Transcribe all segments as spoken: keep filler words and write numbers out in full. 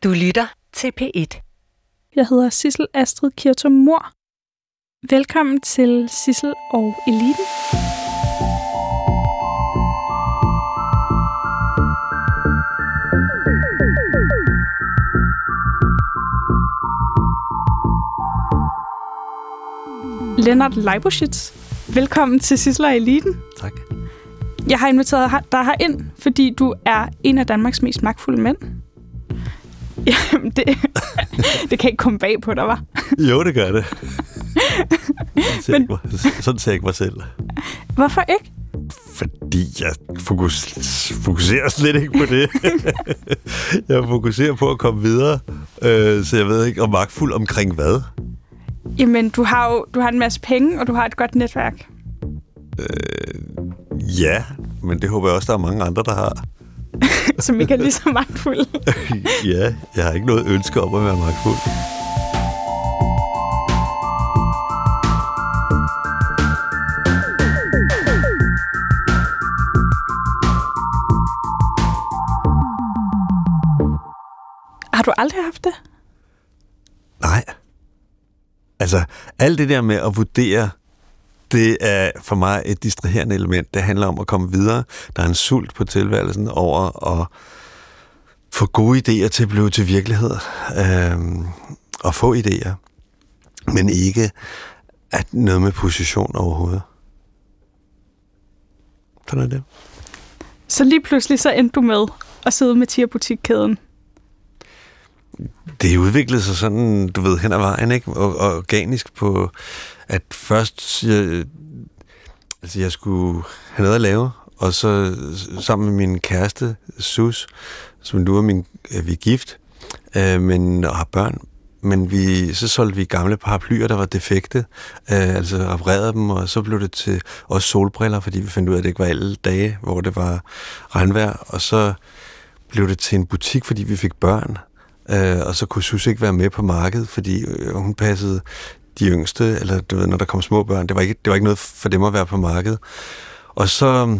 Du lytter til P et. Jeg hedder Sissel Astrid Kirtum Mor. Velkommen til Sissel og Eliten. Lennart Leiboschitz, velkommen til Sissel og Eliten. Tak. Jeg har inviteret dig herind, fordi du er en af Danmarks mest magtfulde mænd. Jamen, det, det kan ikke komme bag på dig, hva'? Jo, det gør det. Sådan ser, Men, jeg, mig, sådan ser jeg ikke mig selv. Hvorfor ikke? Fordi jeg fokus, fokuserer slet ikke på det. Jeg fokuserer på at komme videre, øh, så jeg ved ikke, om magtfuld omkring hvad. Jamen, du har jo du har en masse penge, og du har et godt netværk. Øh, ja, men det håber jeg også, der er mange andre, der har. Som ikke er lige så magtfulde. Ja, jeg har ikke noget ønske om at være magtfuld. Har du aldrig haft det? Nej. Altså, alt det der med at vurdere, det er for mig et distraherende element. Det handler om at komme videre. Der er en sult på tilværelsen over at få gode idéer til at blive til virkelighed. Øhm, og få idéer. Men ikke at noget med position overhovedet. Sådan er det. Så lige pludselig så endte du med at sidde med Tier-butikkæden. Det udviklede sig sådan, du ved, hen ad vejen, ikke? Og, og organisk på, at først jeg, altså jeg skulle have noget at lave, og så sammen med min kæreste, Sus, som nu er min, er vi er gift, øh, men, og har børn, men vi, så solgte vi gamle paraplyer, der var defekte, øh, altså reparerede dem, og så blev det til også solbriller, fordi vi fandt ud af, at det ikke var alle dage, hvor det var regnvejr, og så blev det til en butik, fordi vi fik børn. Uh, og så kunne Sus ikke være med på markedet, fordi øh, hun passede de yngste, eller du ved, når der kom små børn. Det var ikke, det var ikke noget for dem at være på markedet. Og så,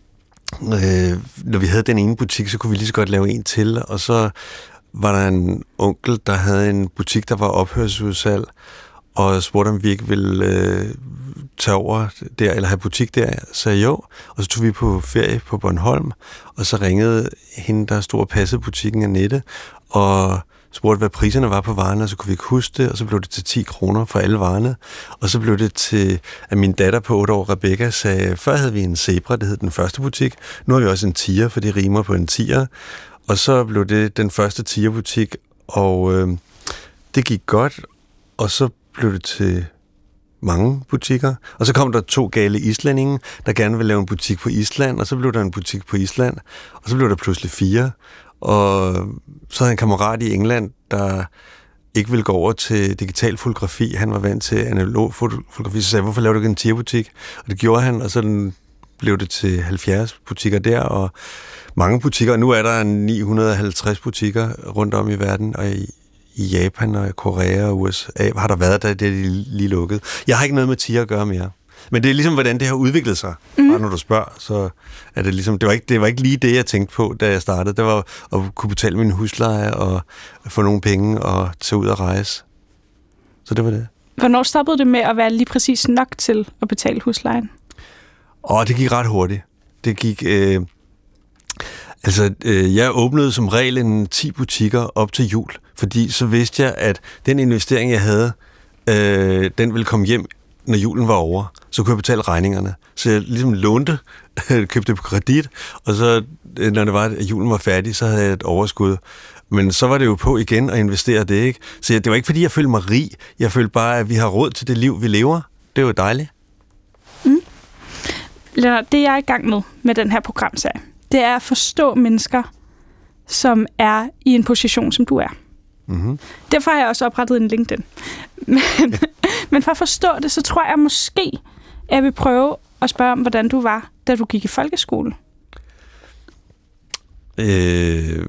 øh, når vi havde den ene butik, så kunne vi lige så godt lave en til, og så var der en onkel, der havde en butik, der var ophørsudsalg, og spurgte, om vi ikke ville øh, tage over der, eller have butik der. Så jo, og så tog vi på ferie på Bornholm, og så ringede hende, der stod og passede butikken, Annette, og spurgte, hvad priserne var på varerne, og så kunne vi ikke huske det, og så blev det til ti kroner for alle varerne. Og så blev det til, at min datter på otte år, Rebecca, sagde, før havde vi en Zebra, det hed den første butik, nu har vi også en tier, for det rimer på en tier. Og så blev det den første tier-butik, og øh, det gik godt, og så blev det til mange butikker. Og så kom der to gale islændinge, der gerne ville lave en butik på Island, og så blev der en butik på Island, og så blev der pludselig fire. Og så havde en kammerat i England, der ikke ville gå over til digital fotografi. Han var vant til analog fotografi, så sagde, hvorfor laver du ikke en tierbutik? Og det gjorde han, og så blev det til halvfjerds butikker der, og mange butikker. Og nu er der ni hundrede og halvtreds butikker rundt om i verden, og i, i Japan og Korea og U S A har der været, der det er lige lukket. Jeg har ikke noget med tier at gøre mere. Men det er ligesom, hvordan det har udviklet sig. Mm. Bare når du spørger, så er det ligesom... Det var, ikke, det var ikke lige det, jeg tænkte på, da jeg startede. Det var at kunne betale min husleje og få nogle penge og tage ud og rejse. Så det var det. Hvornår stoppede det med at være lige præcis nok til at betale huslejen? Åh, det gik ret hurtigt. Det gik... Øh, altså, øh, jeg åbnede som regel en ti butikker op til jul, fordi så vidste jeg, at den investering, jeg havde, øh, den ville komme hjem, når julen var over, så kunne jeg betale regningerne. Så jeg ligesom lånte, købte på kredit, og så, når det var, at julen var færdig, så havde jeg et overskud. Men så var det jo på igen at investere det, ikke? Så det var ikke, fordi jeg følte mig rig. Jeg følte bare, at vi har råd til det liv, vi lever. Det er jo dejligt. Mm. Lennart, det jeg er i gang med, med den her programserie, det er at forstå mennesker, som er i en position, som du er. Mm-hmm. Derfor har jeg også oprettet en LinkedIn. Men, men for at forstå det, så tror jeg måske, at jeg vil prøve at spørge om, hvordan du var, da du gik i folkeskole. Øh,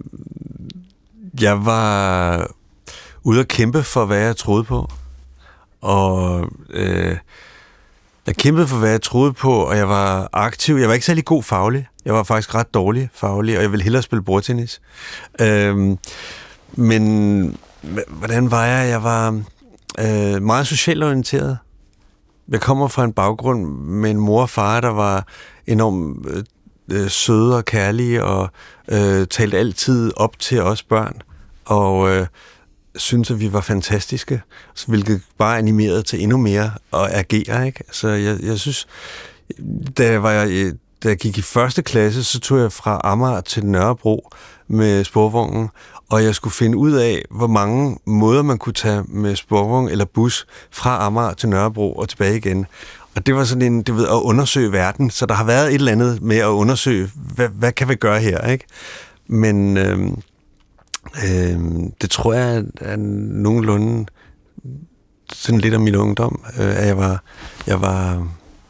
jeg var ude at kæmpe for, hvad jeg troede på. Og øh, jeg kæmpede for, hvad jeg troede på, og jeg var aktiv. Jeg var ikke særlig god faglig. Jeg var faktisk ret dårlig faglig, og jeg ville hellere spille bordtennis. Øh, men hvordan var jeg? Jeg var øh, meget socialt orienteret. Jeg kommer fra en baggrund med en mor og far, der var enormt øh, søde og kærlige, og øh, talte altid op til os børn, og øh, syntes, at vi var fantastiske, hvilket bare animerede til endnu mere at agere, ikke? Så jeg, jeg synes, da jeg, var, da jeg gik i første klasse, så tog jeg fra Amager til Nørrebro med sporvognen, og jeg skulle finde ud af, hvor mange måder man kunne tage med sporvogn eller bus fra Amager til Nørrebro og tilbage igen. Og det var sådan en, det ved, at undersøge verden, så der har været et eller andet med at undersøge, hvad, hvad kan vi gøre her, ikke? Men øh, øh, det tror jeg er nogenlunde sådan lidt af min ungdom, øh, at jeg var, jeg var,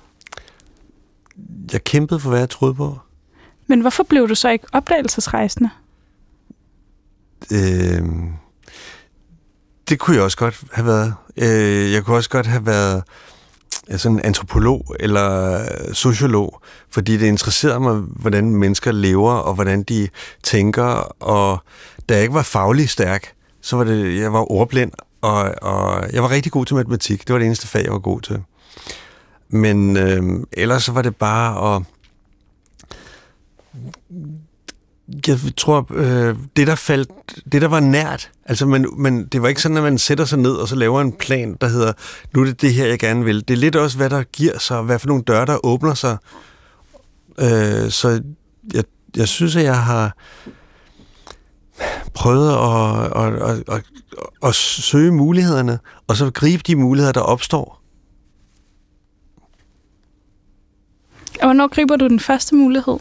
jeg kæmpede for, hvad jeg troede på. Men hvorfor blev du så ikke opdagelsesrejsende? Øh, det kunne jeg også godt have været. Øh, jeg kunne også godt have været sådan en antropolog eller sociolog, fordi det interesserede mig, hvordan mennesker lever, og hvordan de tænker, og da jeg ikke var faglig stærk, så var det, jeg var ordblind, og, og jeg var rigtig god til matematik. Det var det eneste fag, jeg var god til. Men øh, ellers så var det bare at... Jeg tror, øh, det der faldt, det der var nært, altså man, man, det var ikke sådan, at man sætter sig ned og så laver en plan, der hedder, nu er det det her, jeg gerne vil. Det er lidt også, hvad der giver sig, hvad for nogle døre, der åbner sig. Øh, så jeg, jeg synes, at jeg har prøvet at, at, at, at, at søge mulighederne, og så gribe de muligheder, der opstår. Og hvornår griber du den første mulighed?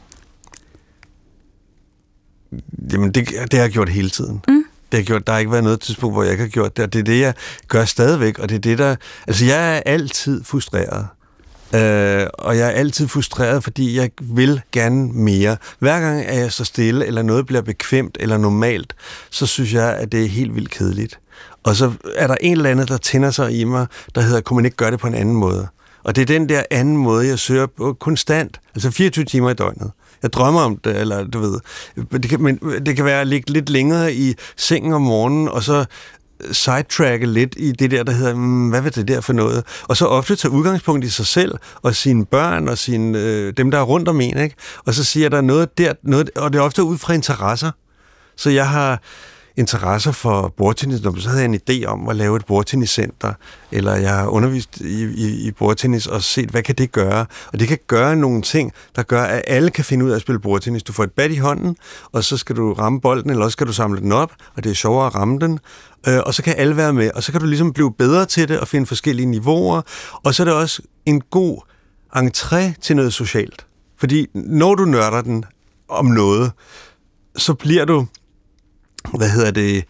Jamen, det, det har jeg gjort hele tiden. Mm. Det har jeg gjort. Der har ikke været noget tidspunkt, hvor jeg ikke har gjort det, og det er det, jeg gør stadigvæk, og det er det, der... Altså, jeg er altid frustreret. Øh, og jeg er altid frustreret, fordi jeg vil gerne mere. Hver gang er jeg så stille, eller noget bliver bekvemt eller normalt, så synes jeg, at det er helt vildt kedeligt. Og så er der en eller anden, der tænder sig i mig, der hedder, kunne man ikke gøre det på en anden måde? Og det er den der anden måde, jeg søger på konstant, altså fireogtyve timer i døgnet. Jeg drømmer om det, eller du ved, det kan, men det kan være at ligge lidt længere i sengen om morgenen, og så sidetracke lidt i det der, der hedder, mm, hvad vil det der for noget? Og så ofte tage udgangspunkt i sig selv, og sine børn, og sine, øh, dem, der er rundt om en, ikke? Og så siger der noget der, noget, og det er ofte ud fra interesser. Så jeg har interesser for bordtennis, så havde jeg en idé om at lave et bordtenniscenter, eller jeg har undervist i, i, i bordtennis og set, hvad kan det gøre? Og det kan gøre nogle ting, der gør, at alle kan finde ud af at spille bordtennis. Du får et bat i hånden, og så skal du ramme bolden, eller også skal du samle den op, og det er sjovere at ramme den, og så kan alle være med, og så kan du ligesom blive bedre til det, og finde forskellige niveauer, og så er det også en god entré til noget socialt. Fordi når du nørder den om noget, så bliver du hvad hedder det,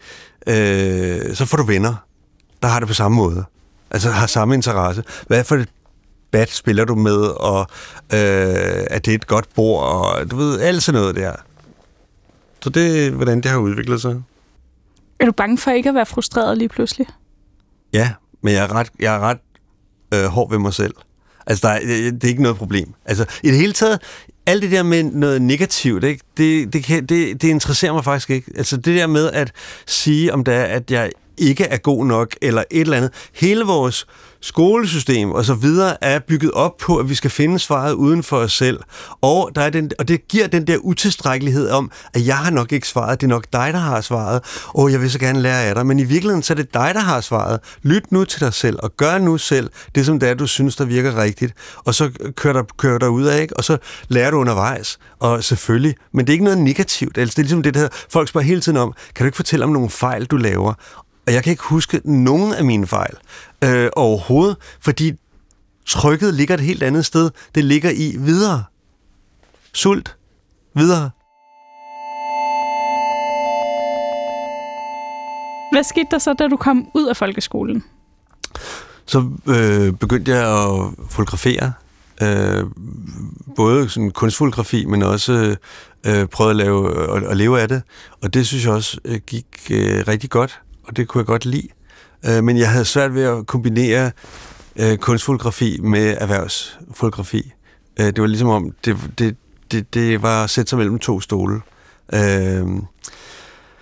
øh, så får du venner, der har det på samme måde. Altså har samme interesse. Hvad for et bat spiller du med, og øh, er det et godt bord, og du ved, alt sådan noget der. Så det er, hvordan det har udviklet sig. Er du bange for ikke at være frustreret lige pludselig? Ja, men jeg er ret, jeg er ret øh, hård ved mig selv. Altså, der er, det er ikke noget problem. Altså, i det hele taget, alt det der med noget negativt, ikke? Det, det, kan, det, det interesserer mig faktisk ikke. Altså, det der med at sige, om det er, at jeg ikke er god nok, eller et eller andet. Hele vores skolesystem og så videre er bygget op på, at vi skal finde svaret uden for os selv. Og, der er den, og det giver den der utilstrækkelighed om, at jeg har nok ikke svaret, det er nok dig, der har svaret, og jeg vil så gerne lære af dig. Men i virkeligheden, så er det dig, der har svaret. Lyt nu til dig selv, og gør nu selv det, som det er, du synes, der virker rigtigt. Og så kører der, kører der ud af, ikke? Og så lærer du undervejs. Og selvfølgelig, men det er ikke noget negativt. Altså, det er ligesom det, der hedder, folk spørger hele tiden om, kan du ikke fortælle om nogle fejl, du laver? Og jeg kan ikke huske nogen af mine fejl øh, overhovedet, fordi trykket ligger et helt andet sted. Det ligger i videre. Sult. Videre. Hvad skete der så, da du kom ud af folkeskolen? Så øh, begyndte jeg at fotografere. Øh, både sådan kunstfotografi, men også øh, prøvede at, lave, at, at leve af det. Og det synes jeg også øh, gik øh, rigtig godt. Og det kunne jeg godt lide. Øh, men jeg havde svært ved at kombinere øh, kunstfotografi med erhvervsfotografi. Øh, det var ligesom om, det, det, det, det var at sætte sig mellem to stole. Øh,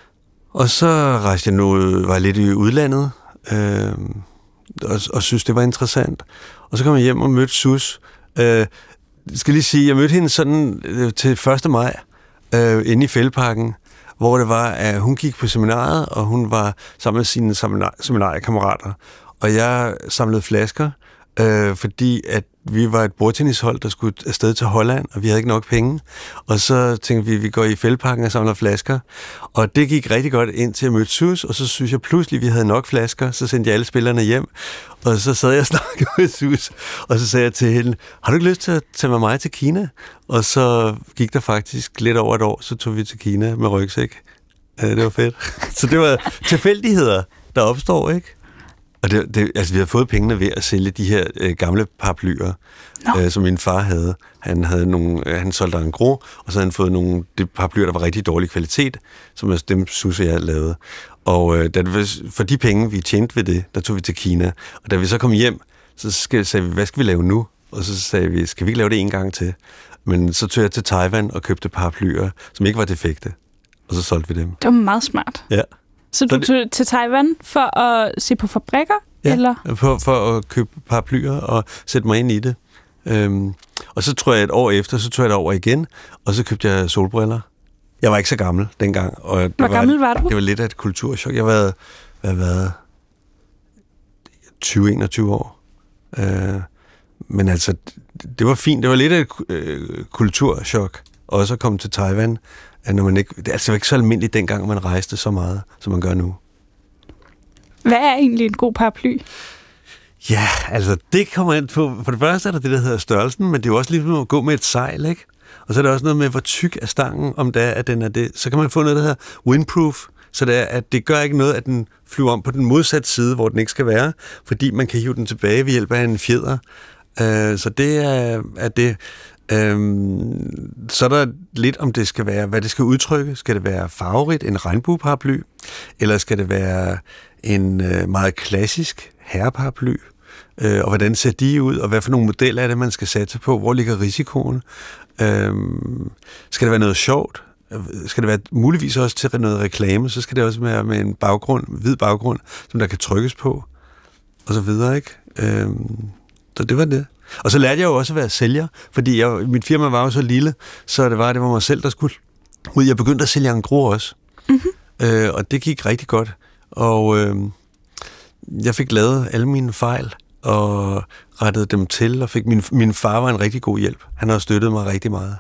Og så rejste jeg nu, var jeg lidt i udlandet, øh, og, og synes, det var interessant. Og så kom jeg hjem og mødte Sus. Øh, jeg skal lige sige, jeg mødte hende sådan øh, til første maj, øh, inde i Fældeparken, hvor det var, at hun gik på seminariet, og hun var sammen med sine seminar- seminariekammerater. Og jeg samlede flasker, øh, fordi at vi var et bordtennishold, der skulle afsted til Holland, og vi havde ikke nok penge. Og så tænkte vi, at vi går i Fældeparken og samler flasker. Og det gik rigtig godt ind til at møde Sus, og så synes jeg pludselig, at vi havde nok flasker. Så sendte jeg alle spillerne hjem, og så sad jeg og snakkede med Sus, og så sagde jeg til hende, har du ikke lyst til at tage med mig til Kina? Og så gik der faktisk lidt over et år, så tog vi til Kina med rygsæk. Ja, det var fedt. Så det var tilfældigheder, der opstår, ikke? Og det, det, altså, vi havde fået pengene ved at sælge de her øh, gamle paraplyer, no. øh, som min far havde. Han havde nogle, øh, han solgte en gro, og så havde han fået nogle det paraplyer, der var rigtig dårlig kvalitet, som altså dem Sus og jeg lavede. Og øh, da det, for de penge, vi tjente ved det, der tog vi til Kina. Og da vi så kom hjem, så skal, sagde vi, hvad skal vi lave nu? Og så sagde vi, skal vi ikke lave det en gang til? Men så tog jeg til Taiwan og købte paraplyer, som ikke var defekte. Og så solgte vi dem. Det var meget smart. Ja. Så du tog til Taiwan for at se på fabrikker? Ja, eller? For, for at købe paraplyer og sætte mig ind i det. Øhm, og så tror jeg et år efter, så tog jeg det over igen, og så købte jeg solbriller. Jeg var ikke så gammel dengang. Og det Hvor var, gammel var du? Det var lidt af et kulturschok. Jeg var, hvad var tyve enogtyve år. Øh, men altså, det var fint. Det var lidt af et øh, kulturschok. Også at komme til Taiwan. Når man ikke, det altså, var ikke så almindeligt dengang, man rejste så meget, som man gør nu. Hvad er egentlig en god paraply? Ja, altså det kommer ind på. For det første er der det, der hedder størrelsen, men det er jo også lige at gå med et sejl, ikke? Og så er der også noget med, hvor tyk er stangen, om det er, at den er det. Så kan man få noget, der hedder windproof, så det er, at det gør ikke noget, at den flyver om på den modsatte side, hvor den ikke skal være, fordi man kan hive den tilbage ved hjælp af en fjeder. Uh, så det er, er det. Øhm, så er der lidt om det skal være, hvad det skal udtrykke. Skal det være farverigt, en regnbueparaply, eller skal det være en øh, meget klassisk herreparaply, øh, og hvordan ser de ud, og hvad for nogle modeller er det, man skal satse på, hvor ligger risikoen? Øhm, skal det være noget sjovt? Skal det være muligvis også til noget reklame, så skal det også være med en baggrund, hvid baggrund, som der kan trykkes på, og så videre, ikke? Øhm, så det var det. Og så lærte jeg jo også at være sælger, fordi jeg, mit firma var jo så lille, så det var, det var mig selv, der skulle ud. Jeg begyndte at sælge en gro også, mm-hmm. øh, og det gik rigtig godt. Og øh, jeg fik lavet alle mine fejl og rettede dem til, og fik min, min far var en rigtig god hjælp. Han har støttet mig rigtig meget.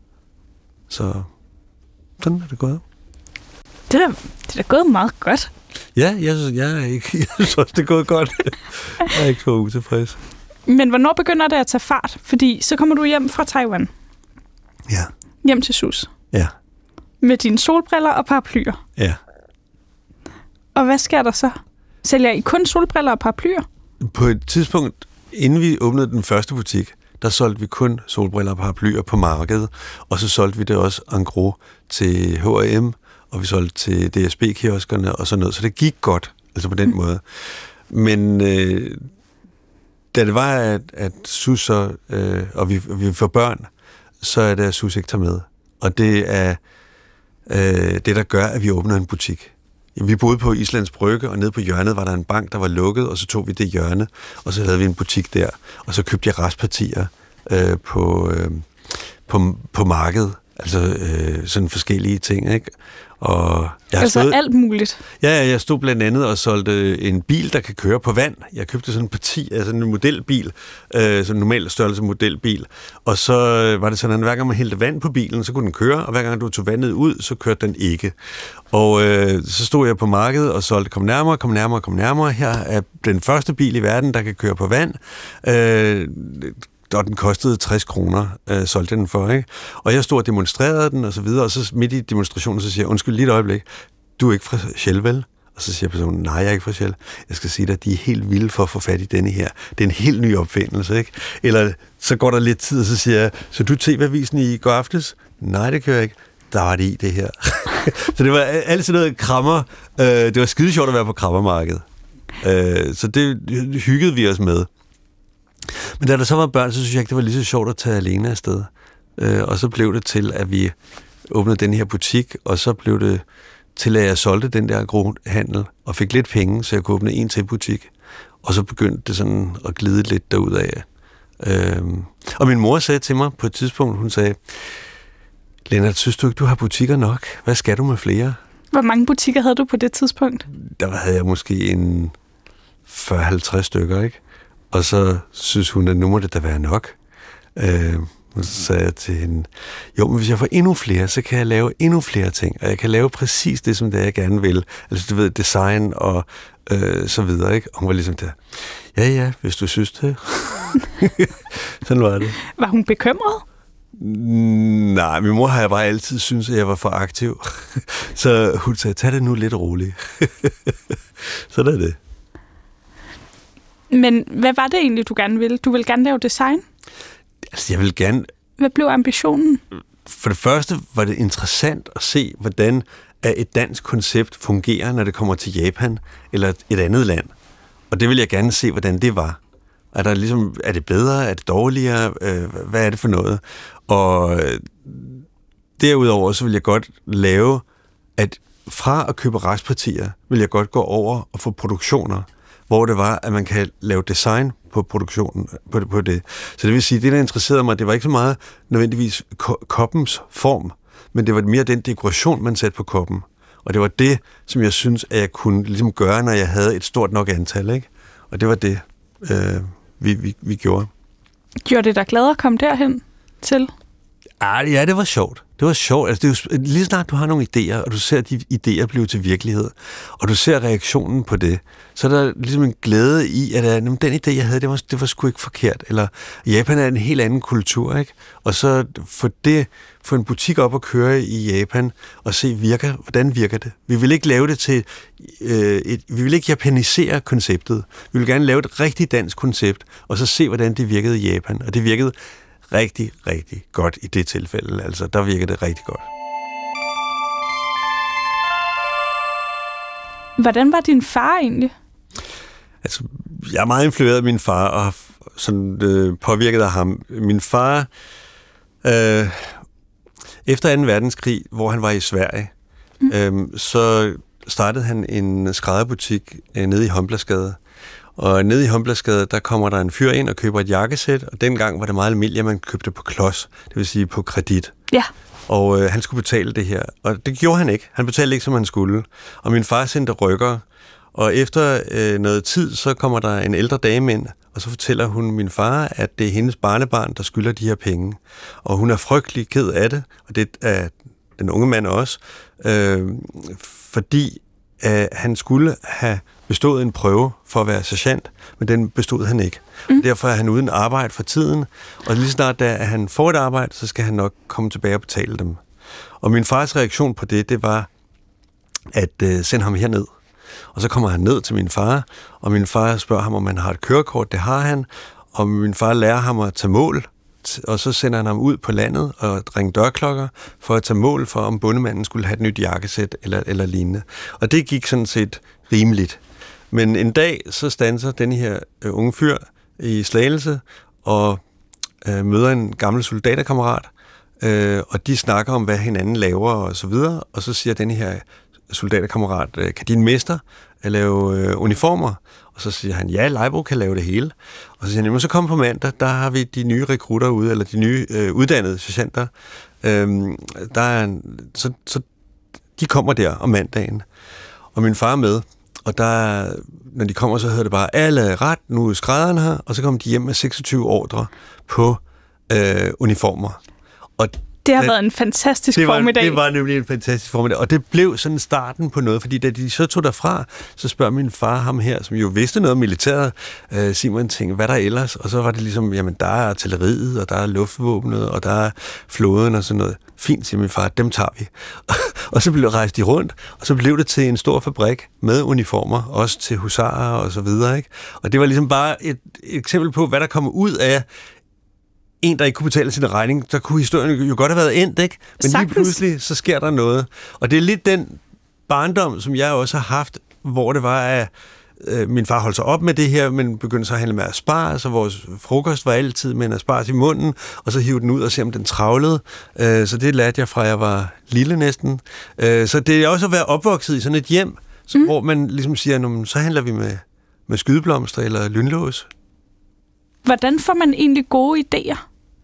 Så sådan er det gået. Det er, det er gået meget godt. Ja, jeg synes, jeg er ikke, jeg synes også, det er gået godt. Jeg er ikke så utilfreds. Men hvornår begynder det at tage fart? Fordi så kommer du hjem fra Taiwan. Ja. Hjem til Sus. Ja. Med dine solbriller og paraplyer. Ja. Og hvad sker der så? Sælger I kun solbriller og paraplyer? På et tidspunkt, inden vi åbnede den første butik, der solgte vi kun solbriller og paraplyer på markedet. Og så solgte vi det også en gros til H og M, og vi solgte til D S B-kioskerne og sådan noget. Så det gik godt, altså på den mm. måde. Men øh, da det var, at, at Sus så, øh, og vi, vi får børn, så er det, at Sus ikke tager med. Og det er øh, det, der gør, at vi åbner en butik. Vi boede på Islands Brygge, og nede på hjørnet var der en bank, der var lukket, og så tog vi det hjørne, og så havde vi en butik der. Og så købte jeg restpartier øh, på, øh, på, på markedet, altså øh, sådan forskellige ting, ikke? Og jeg altså stået, alt muligt? Ja, jeg stod blandt andet og solgte en bil, der kan køre på vand. Jeg købte sådan en parti, altså en modelbil, øh, sådan en normal størrelse modelbil. Og så var det sådan, at hver gang man hældte vand på bilen, så kunne den køre, og hver gang du tog vandet ud, så kørte den ikke. Og øh, så stod jeg på markedet og solgte, kom nærmere, kom nærmere, kom nærmere. Her er den første bil i verden, der kan køre på vand. Øh, og den kostede tres kroner, øh, solgte den for, ikke? Og jeg stod og demonstrerede den, og så videre, og så midt i demonstrationen, så siger jeg, undskyld lige et øjeblik, du er ikke fra Shell, vel? Og så siger personen, nej, jeg er ikke fra Shell. Jeg skal sige dig, de er helt vilde for at få fat i denne her. Det er en helt ny opfindelse, ikke? Eller så går der lidt tid, og så siger jeg, så du T V-avisen i går aftes? Nej, det kører jeg ikke. Der var det i, det her. Så det var altid noget krammer. Øh, det var skide sjovt at være på krammermarkedet. Øh, så det hyggede vi os med. Men da der så var børn, så synes jeg ikke, det var lige så sjovt at tage alene afsted. Øh, og så blev det til, at vi åbnede den her butik, og så blev det til at jeg solgte den der grohandel, og fik lidt penge, så jeg kunne åbne en til butik. Og så begyndte det sådan at glide lidt derudad. Øhm, og min mor sagde til mig på et tidspunkt, hun sagde, Lennart, synes du ikke, du har butikker nok? Hvad skal du med flere? Hvor mange butikker havde du på det tidspunkt? Der havde jeg måske en fyrre til halvtreds stykker, ikke? Og så synes hun, at nu må det da være nok. Øh, og så sagde jeg til hende, jo, men hvis jeg får endnu flere, så kan jeg lave endnu flere ting, og jeg kan lave præcis det, som det er, jeg gerne vil. Altså, du ved, design og øh, så videre, ikke? Og hun var ligesom der, ja, ja, hvis du synes det. Sådan var det. Var hun bekymret? Nej, min mor har jeg bare altid syntes, at jeg var for aktiv. Så hun sagde, tag det nu lidt roligt. Sådan er det. Men hvad var det egentlig, du gerne ville? Du ville gerne lave design? Altså, jeg vil gerne... Hvad blev ambitionen? For det første var det interessant at se, hvordan et dansk koncept fungerer, når det kommer til Japan eller et andet land. Og det vil jeg gerne se, hvordan det var. Er, der ligesom, er det bedre? Er det dårligere? Hvad er det for noget? Og derudover så vil jeg godt lave, at fra at købe restpartier, vil jeg godt gå over og få produktioner, hvor det var, at man kan lave design på produktionen, på det, på det. Så det vil sige, det der interesserede mig, det var ikke så meget nødvendigvis ko- koppens form, men det var mere den dekoration, man satte på koppen. Og det var det, som jeg synes, at jeg kunne ligesom gøre, når jeg havde et stort nok antal, ikke? Og det var det, øh, vi, vi, vi gjorde. Gjorde det dig glad at komme derhen til? Ah, ja, det var sjovt. Det var sjovt. Altså, det er jo, lige snart du har nogle idéer, og du ser de idéer blive til virkelighed, og du ser reaktionen på det, så er der ligesom en glæde i, at den idé, jeg havde, det var, det var sgu ikke forkert. Eller Japan er en helt anden kultur, ikke? Og så få det, få en butik op og køre i Japan, og se, virker, hvordan virker det? Vi vil ikke lave det til, øh, et, vi vil ikke japanisere konceptet. Vi vil gerne lave et rigtig dansk koncept, og så se, hvordan det virkede i Japan. Og det virkede rigtig, rigtig godt i det tilfælde. Altså, der virker det rigtig godt. Hvordan var din far egentlig? Altså, jeg er meget influeret af min far, og har sådan, øh, påvirket af ham. Min far, øh, efter anden verdenskrig, hvor han var i Sverige, mm. øh, så startede han en skrædderbutik øh, nede i Håndbladsgade. Og nede i Håndbladsgade, der kommer der en fyr ind og køber et jakkesæt, og dengang var det meget almindeligt, at man købte på klods, det vil sige på kredit. Ja. Og øh, han skulle betale det her, og det gjorde han ikke. Han betalte ikke, som han skulle. Og min far sendte rykker, og efter øh, noget tid, så kommer der en ældre dame ind, og så fortæller hun min far, at det er hendes barnebarn, der skylder de her penge. Og hun er frygtelig ked af det, og det er den unge mand også, øh, fordi øh, han skulle have bestået en prøve for at være sergeant, men den bestod han ikke. Mm. Derfor er han uden arbejde for tiden, og lige snart da han får et arbejde, så skal han nok komme tilbage og betale dem. Og min fars reaktion på det, det var at øh, sende ham herned. Og så kommer han ned til min far, og min far spørger ham, om han har et kørekort. Det har han, og min far lærer ham at tage mål, og så sender han ham ud på landet og ringe dørklokker for at tage mål for, om bondemanden skulle have et nyt jakkesæt eller, eller lignende. Og det gik sådan set rimeligt. Men en dag så standser den her øh, unge fyr i Slagelse og øh, møder en gammel soldaterkammerat, øh, og de snakker om, hvad hinanden laver og så videre, og så siger den her soldaterkammerat, øh, kan din mester lave øh, uniformer? Og så siger han, ja, Leibo kan lave det hele. Og så siger han, så kom på mandag, der har vi de nye rekrutter ude, eller de nye øh, uddannede sergeanter. Øhm, der er en, så, så de kommer der om mandagen. Og min far er med, og der, når de kommer, så hedder det bare, alle ret, nu er skrædderen her, og så kommer de hjem med seksogtyve ordre på øh, uniformer. Og det har det, været en fantastisk det var, formiddag. Det var nemlig en fantastisk formiddag, og det blev sådan starten på noget, fordi da de så tog derfra, så spørger min far ham her, som jo vidste noget om militæret, øh, Simon tænkte, hvad der ellers? Og så var det ligesom, jamen der er artilleriet, og der er luftvåbnet, og der er flåden og sådan noget. Fint, siger min far, dem tager vi. Og så blev rejst de rundt, og så blev det til en stor fabrik med uniformer, også til husarer og så videre, ikke? Og det var ligesom bare et, et eksempel på, hvad der kommer ud af en, der ikke kunne betale sin regning, så kunne historien jo godt have været endt, ikke? Men Sagtens. Lige pludselig, så sker der noget. Og det er lidt den barndom, som jeg også har haft, hvor det var, at øh, min far holdt sig op med det her, men begyndte så at handle med asparges, så vores frokost var altid med en asparges i munden, og så hive den ud og se, om den travlede. Øh, så det lærte jeg fra, jeg var lille næsten. Øh, så det er også at være opvokset i sådan et hjem, så, mm. hvor man ligesom siger, så handler vi med, med skydeblomster eller lynlås. Hvordan får man egentlig gode idéer?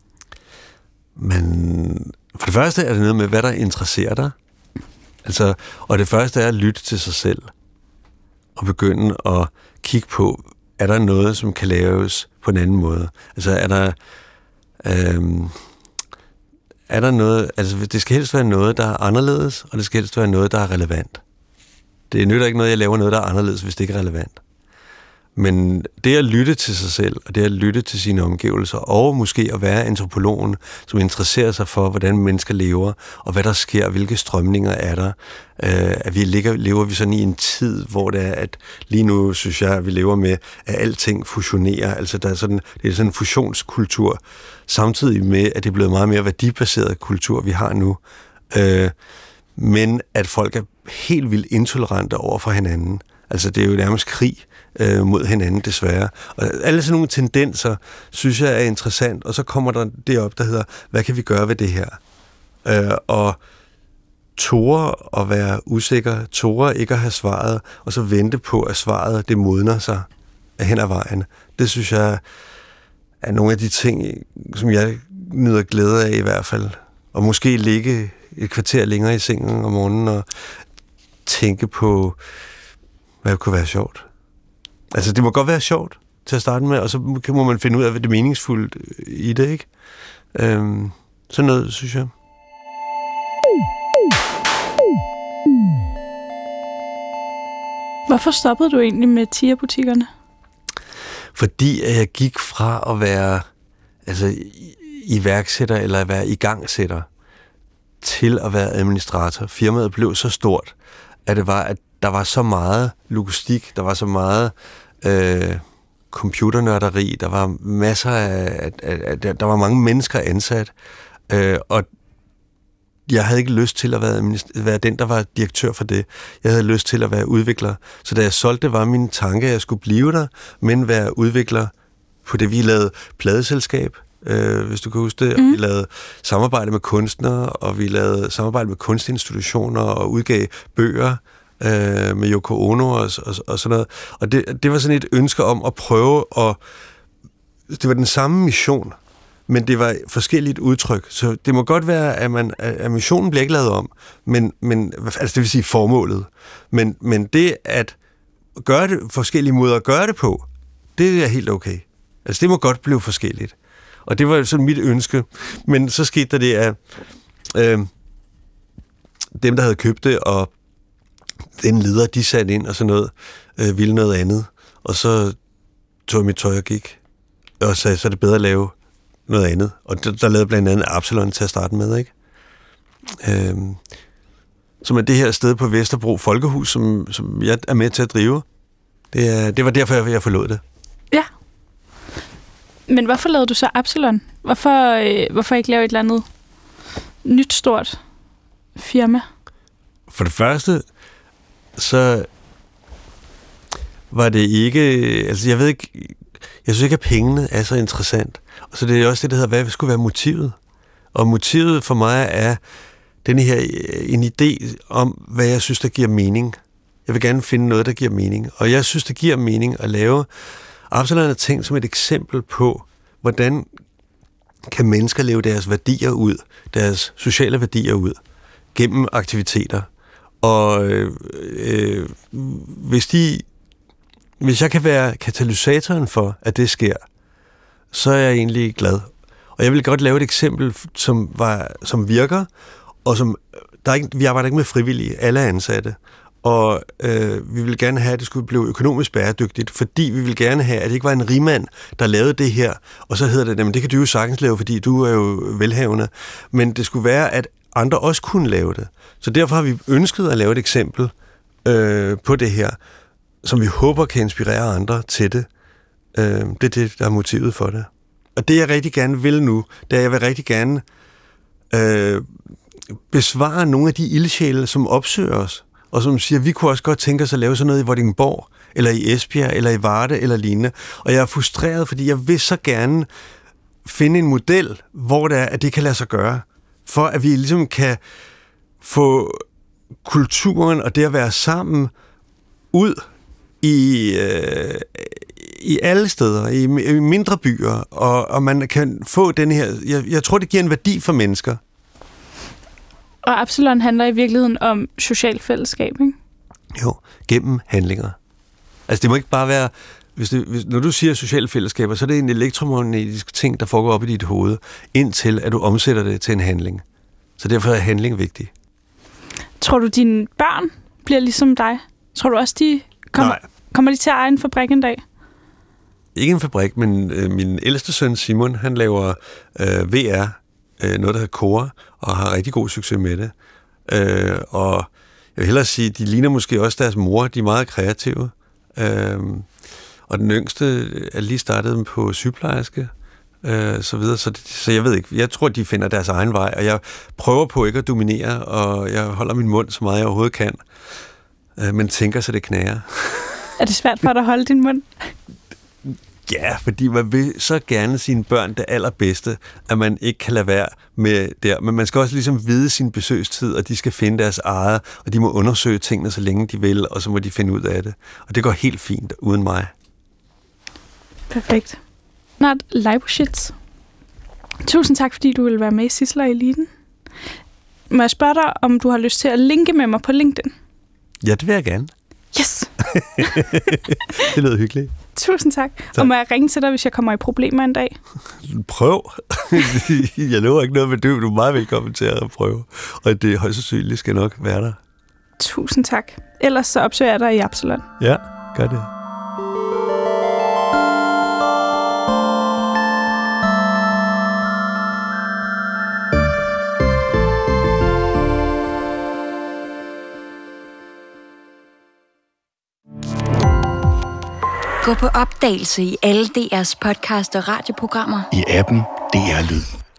Men for det første er det noget med, hvad der interesserer dig. Altså, og det første er at lytte til sig selv. Og begynde at kigge på, er der noget, som kan laves på en anden måde? Altså, er der... Øhm, er der noget... Altså, det skal helst være noget, der er anderledes, og det skal helst være noget, der er relevant. Det nytter ikke noget, jeg laver noget, der er anderledes, hvis det ikke er relevant. Men det at lytte til sig selv, og det at lytte til sine omgivelser, og måske at være antropologen, som interesserer sig for, hvordan mennesker lever, og hvad der sker, hvilke strømninger er der. Øh, at vi ligger, lever vi sådan i en tid, hvor det er, at lige nu synes jeg, at vi lever med, at alting fusionerer. Altså der er sådan, det er sådan en fusionskultur, samtidig med, at det er blevet meget mere værdibaseret kultur, vi har nu. Øh, men at folk er helt vildt intolerante over for hinanden. Altså det er jo nærmest krig øh, mod hinanden, desværre. Og alle sådan nogle tendenser, synes jeg er interessant, og så kommer der det op, der hedder, hvad kan vi gøre ved det her? Øh, og tore at være usikker, tore ikke at have svaret, og så vente på, at svaret, det modner sig hen ad vejen. Det synes jeg er nogle af de ting, som jeg nyder glæde af i hvert fald. Og måske ligge et kvarter længere i sengen om morgenen og tænke på, hvad kunne være sjovt. Altså, det må godt være sjovt til at starte med, og så må man finde ud af, hvad det er meningsfuldt i det, ikke? Øhm, sådan noget, synes jeg. Hvorfor stoppede du egentlig med Tia-butikkerne? Fordi jeg gik fra at være altså, iværksætter eller at være igangsætter til at være administrator. Firmaet blev så stort, at det var, at der var så meget logistik, der var så meget øh, computernørderi, der var masser af, af, af, der var mange mennesker ansat, øh, og jeg havde ikke lyst til at være, være den, der var direktør for det. Jeg havde lyst til at være udvikler. Så da jeg solgte, var min tanke, at jeg skulle blive der, men være udvikler på det, vi lavede pladeselskab, øh, hvis du kan huske det. Mm. Vi lavede samarbejde med kunstnere, og vi lavede samarbejde med kunstinstitutioner, og udgav bøger øh, med Yoko Ono og, og, og sådan noget. Og det, det var sådan et ønske om at prøve at... Det var den samme mission, men det var forskelligt udtryk. Så det må godt være, at, man, at missionen bliver ikke lavet om, men, men altså det vil sige formålet. Men, men det at gøre det forskellige måder at gøre det på, det er helt okay. Altså det må godt blive forskelligt. Og det var sådan mit ønske. Men så skete der det, at øh, dem, der havde købt det, og den leder, de satte ind og sådan noget, øh, ville noget andet. Og så tog jeg mit tøj og gik, og sagde, så er det bedre at lave noget andet. Og der, der lavede blandt andet Absalon til at starte med, ikke? Øhm, som er det her sted på Vesterbro Folkehus, som, som jeg er med til at drive. Det, er, det var derfor, jeg, jeg forlod det. Ja. Men hvorfor lavede du så Absalon? Hvorfor, øh, hvorfor ikke lave et eller andet nyt stort firma? For det første, så var det ikke... Altså, jeg ved ikke... Jeg synes ikke, at pengene er så interessant. Og så det er også det, der hedder, hvad skulle være motivet? Og motivet for mig er denne her en idé om, hvad jeg synes, der giver mening. Jeg vil gerne finde noget, der giver mening. Og jeg synes, det giver mening at lave Absalon er tænkt som et eksempel på, hvordan kan mennesker leve deres værdier ud, deres sociale værdier ud, gennem aktiviteter. Og øh, øh, hvis de Hvis jeg kan være katalysatoren for, at det sker, så er jeg egentlig glad. Og jeg vil godt lave et eksempel, som, var, som virker, og som der er ikke, vi arbejder ikke med frivillige, alle er ansatte. Og øh, vi vil gerne have, at det skulle blive økonomisk bæredygtigt, fordi vi vil gerne have, at det ikke var en rigmand, der lavede det her, og så hedder det, jamen det kan du jo sagtens lave, fordi du er jo velhavende. Men det skulle være, at andre også kunne lave det. Så derfor har vi ønsket at lave et eksempel øh, på det her, som vi håber kan inspirere andre til det. Øh, det er det, der er motivet for det. Og det, jeg rigtig gerne vil nu, det er, at jeg vil rigtig gerne øh, besvare nogle af de ildsjæle, som opsøger os, og som siger, vi kunne også godt tænke os at lave sådan noget i Vordingborg, eller i Esbjerg, eller i Varde, eller lignende. Og jeg er frustreret, fordi jeg vil så gerne finde en model, hvor det er, at det kan lade sig gøre, for at vi ligesom kan få kulturen og det at være sammen ud i, øh, i alle steder, i, i mindre byer, og, og man kan få den her... Jeg, jeg tror, det giver en værdi for mennesker. Og Absalon handler i virkeligheden om socialt fællesskab, ikke? Jo, gennem handlinger. Altså, det må ikke bare være... Hvis det, hvis, når du siger sociale fællesskaber, så er det en elektromagnetisk ting, der foregår op i dit hoved, indtil at du omsætter det til en handling. Så derfor er handling vigtig. Tror du, dine børn bliver ligesom dig? Tror du også, de kommer, kommer de til at eje en fabrik en dag? Ikke en fabrik, men øh, min ældste søn Simon, han laver øh, V R, øh, noget der hedder Core, og har rigtig god succes med det. Øh, og jeg vil hellere sige, de ligner måske også deres mor, de er meget kreative. Øh, og den yngste er lige startet på sygeplejerske, øh, så videre. Så, så jeg ved ikke, jeg tror, de finder deres egen vej, og jeg prøver på ikke at dominere, og jeg holder min mund så meget, jeg overhovedet kan, øh, men tænker, så det knager. Er det svært for dig at holde din mund? Ja, fordi man vil så gerne sine børn det allerbedste, at man ikke kan lade være med der. Men man skal også ligesom vide sin besøgstid, og de skal finde deres eget, og de må undersøge tingene så længe de vil, og så må de finde ud af det. Og det går helt fint uden mig. Perfekt. Not Leiboschitz. Tusind tak, fordi du vil være med i Sissel og Eliten. Må jeg spørge dig, om du har lyst til at linke med mig på LinkedIn? Ja, det vil jeg gerne. Yes! Det lyder hyggeligt. Tusind tak. tak. Og må jeg ringe til dig, hvis jeg kommer i problemer en dag? Prøv. Jeg lover ikke noget med det. Du er meget velkommen til at prøve. Og det højst sandsynligt skal nok være der. Tusind tak. Ellers så opsøger jeg dig i Absalon. Ja, gør det. Gå på opdagelse i alle D R's podcast og radioprogrammer. I appen D R Lyd.